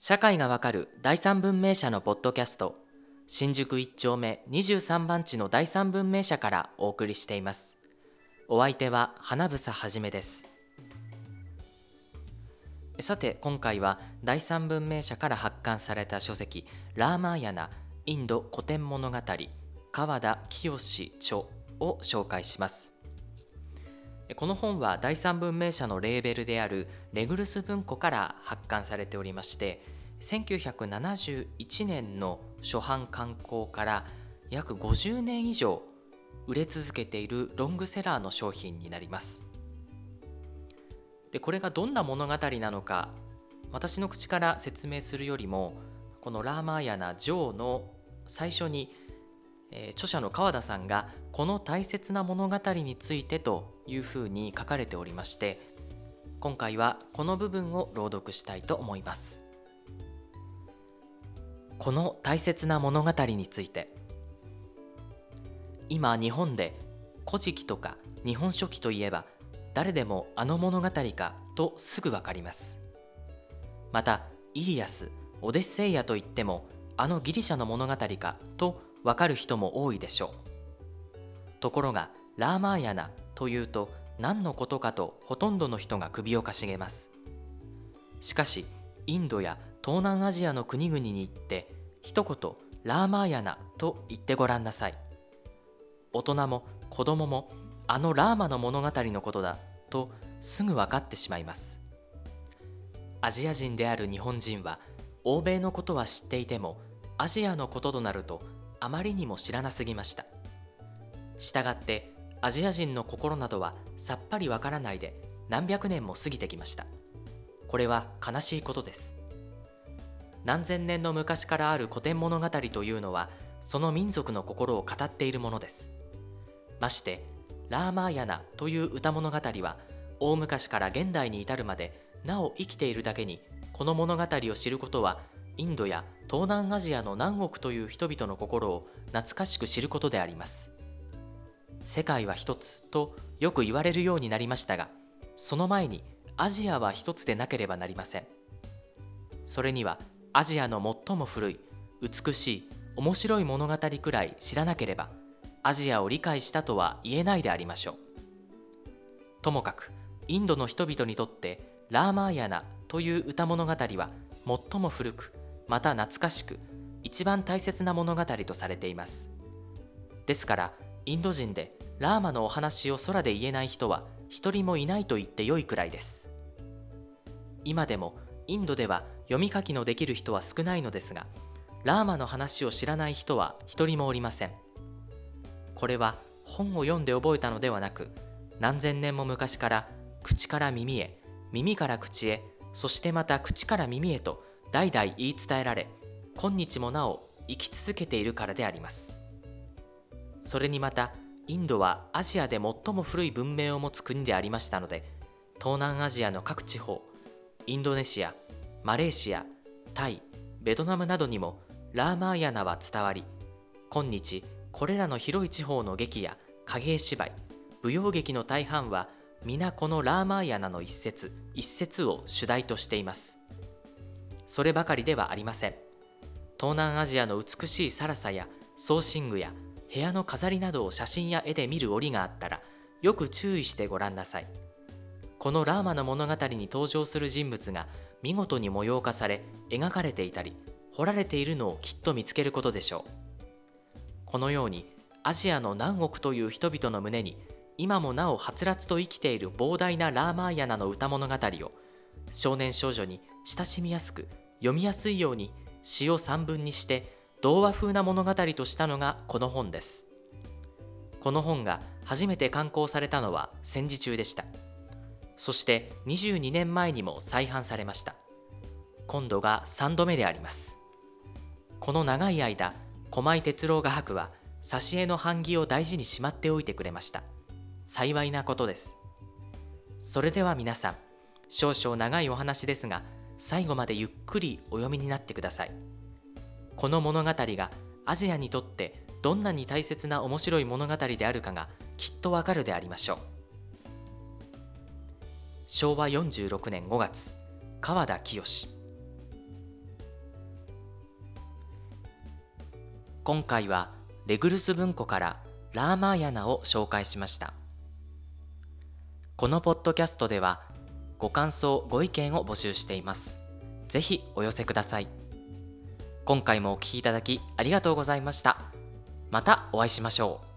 社会がわかる第三文明社のポッドキャスト、新宿一丁目23番地の第三文明社からお送りしています。お相手は花房はじめです。さて今回は第三文明社から発刊された書籍ラーマーヤナインド古典物語川田清著を紹介します。この本は第三文明社のレーベルであるレグルス文庫から発刊されておりまして、1971年の初版刊行から約50年以上売れ続けているロングセラーの商品になります。でこれがどんな物語なのか、私の口から説明するよりも、このラーマーヤナ上の最初に著者の川田さんがこの大切な物語についてというふうに書かれておりまして、今回はこの部分を朗読したいと思います。この大切な物語について。今日本で古事記とか日本書紀といえば誰でもあの物語かとすぐわかります。またイリアス、オデッセイアといってもあのギリシャの物語かとわかる人も多いでしょう。ところがラーマーヤナというと何のことかとほとんどの人が首をかしげます。しかしインドや東南アジアの国々に行って一言ラーマーヤナと言ってごらんなさい。大人も子供もあのラーマの物語のことだとすぐ分かってしまいます。アジア人である日本人は欧米のことは知っていてもアジアのこととなるとあまりにも知らなすぎました。したがってアジア人の心などはさっぱりわからないで何百年も過ぎてきました。これは悲しいことです。何千年の昔からある古典物語というのはその民族の心を語っているものです。ましてラーマーヤナという歌物語は大昔から現代に至るまでなお生きているだけに、この物語を知ることはインドや東南アジアの何億という人々の心を懐かしく知ることであります。世界は一つとよく言われるようになりましたが、その前にアジアは一つでなければなりません。それにはアジアの最も古い、美しい、面白い物語くらい知らなければアジアを理解したとは言えないでありましょう。ともかくインドの人々にとってラーマーヤナという歌物語は最も古く、また懐かしく、一番大切な物語とされています。ですからインド人でラーマのお話を空で言えない人は一人もいないと言ってよいくらいです。今でもインドでは読み書きのできる人は少ないのですが、ラーマの話を知らない人は一人もおりません。これは本を読んで覚えたのではなく、何千年も昔から口から耳へ、耳から口へ、そしてまた口から耳へと代々言い伝えられ、今日もなお生き続けているからであります。それにまたインドはアジアで最も古い文明を持つ国でありましたので、東南アジアの各地方、インドネシア、マレーシア、タイ、ベトナムなどにもラーマーヤナは伝わり、今日これらの広い地方の劇や影絵芝居、舞踊劇の大半は皆このラーマーヤナの一節一節を主題としています。そればかりではありません。東南アジアの美しいサラサや装身具や部屋の飾りなどを写真や絵で見る折があったらよく注意してごらんなさい。このラーマの物語に登場する人物が見事に模様化され描かれていたり彫られているのをきっと見つけることでしょう。このようにアジアの何億という人々の胸に今もなおはつらつと生きている膨大なラーマーヤナの歌物語を少年少女に親しみやすく読みやすいように詩を3文にして童話風な物語としたのがこの本です。この本が初めて刊行されたのは戦時中でした。そして22年前にも再版されました。今度が3度目であります。この長い間、駒井哲郎画伯は挿絵の版木を大事にしまっておいてくれました。幸いなことです。それでは皆さん、少々長いお話ですが、最後までゆっくりお読みになってください。この物語がアジアにとってどんなに大切な面白い物語であるかがきっとわかるでありましょう。昭和46年5月、川田清。 今回はレグルス文庫からラーマーヤナを紹介しました。このポッドキャストではご感想ご意見を募集しています。ぜひお寄せください。今回もお聞きいただきありがとうございました。またお会いしましょう。